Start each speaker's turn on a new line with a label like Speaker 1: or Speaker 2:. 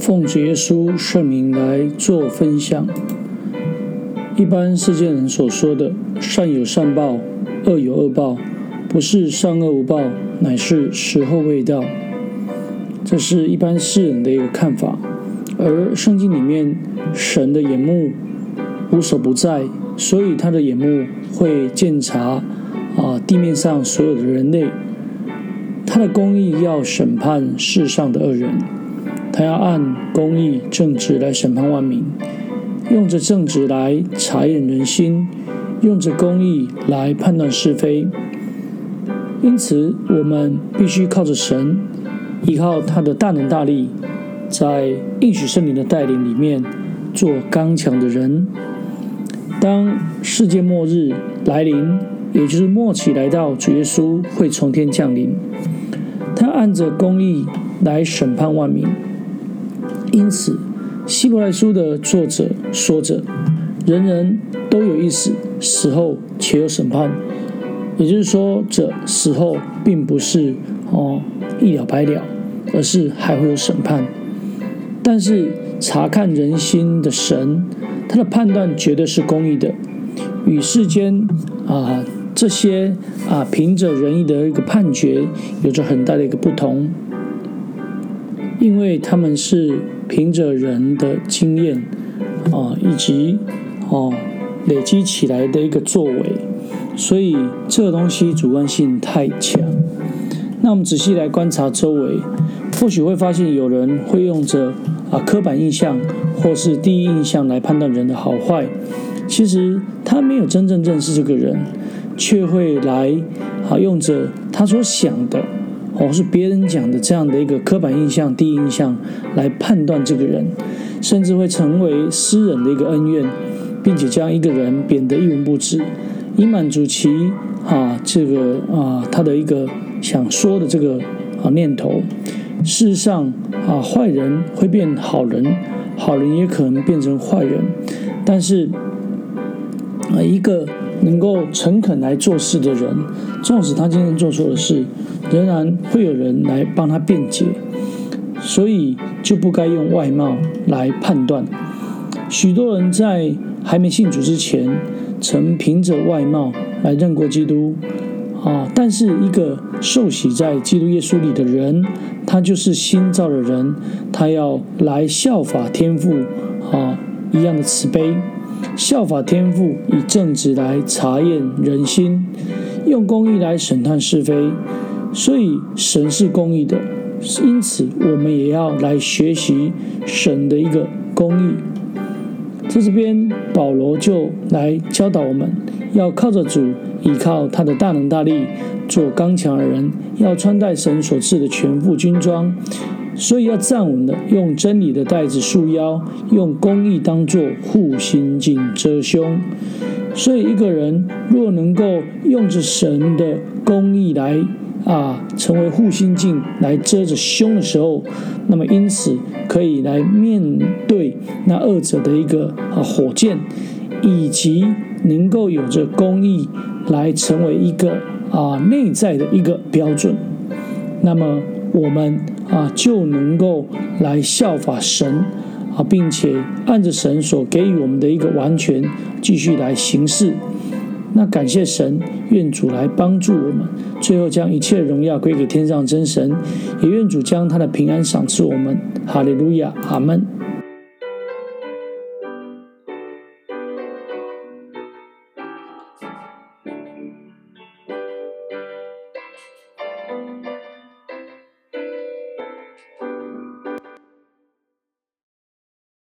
Speaker 1: 奉主耶稣圣名来做分享。一般世间人所说的善有善报，恶有恶报，不是善恶无报，乃是时候未到。这是一般世人的一个看法。而圣经里面，神的眼目无所不在，所以他的眼目会鉴察地面上所有的人类。他的公义要审判世上的恶人，他要按公义正直来审判万民，用着正直来查验人心，用着公义来判断是非。因此我们必须靠着神，依靠他的大能大力，在应许圣灵的带领里面做刚强的人。当世界末日来临，也就是末期来到，主耶稣会从天降临，他按着公义来审判万民。因此希伯来书的作者说着，人人都有一死，死后且有审判。也就是说，这死后并不是一了百了，而是还会有审判。但是查看人心的神，他的判断绝对是公义的，与世间这些凭着人意的一个判决有着很大的一个不同。因为他们是凭着人的经验以及累积起来的一个作为，所以这个东西主观性太强。那我们仔细来观察周围，或许会发现有人会用着刻板印象或是第一印象来判断人的好坏。其实他没有真正认识这个人，却会来用着他所想的或是别人讲的这样的一个刻板印象、第一印象来判断这个人，甚至会成为私人的一个恩怨，并且将一个人贬得一文不值，以满足其他的一个想说的这个念头。事实上坏人会变好人，好人也可能变成坏人。但是一个能够诚恳来做事的人，纵使他今天做错了事，仍然会有人来帮他辩解，所以就不该用外貌来判断。许多人在还没信主之前，曾凭着外貌来认过基督但是一个受洗在基督耶稣里的人，他就是新造的人，他要来效法天父一样的慈悲，效法天父，以正直来查验人心，用公义来审判是非。所以神是公义的，因此我们也要来学习神的一个公义。在这边保罗就来教导我们，要靠着主，依靠他的大能大力，做刚强的人，要穿戴神所赐的全副军装。所以要站稳了，用真理的带子束腰，用公义当作护心镜遮胸。所以一个人若能够用着神的公义来成为护心镜来遮着胸的时候，那么因此可以来面对那恶者的一个火箭，以及能够有着公义来成为一个内在的一个标准。那么我们就能够来效法神并且按着神所给予我们的一个完全继续来行事。那感谢神，愿主来帮助我们，最后将一切荣耀归给天上真神，也愿主将他的平安赏赐我们。哈利路亚，阿们。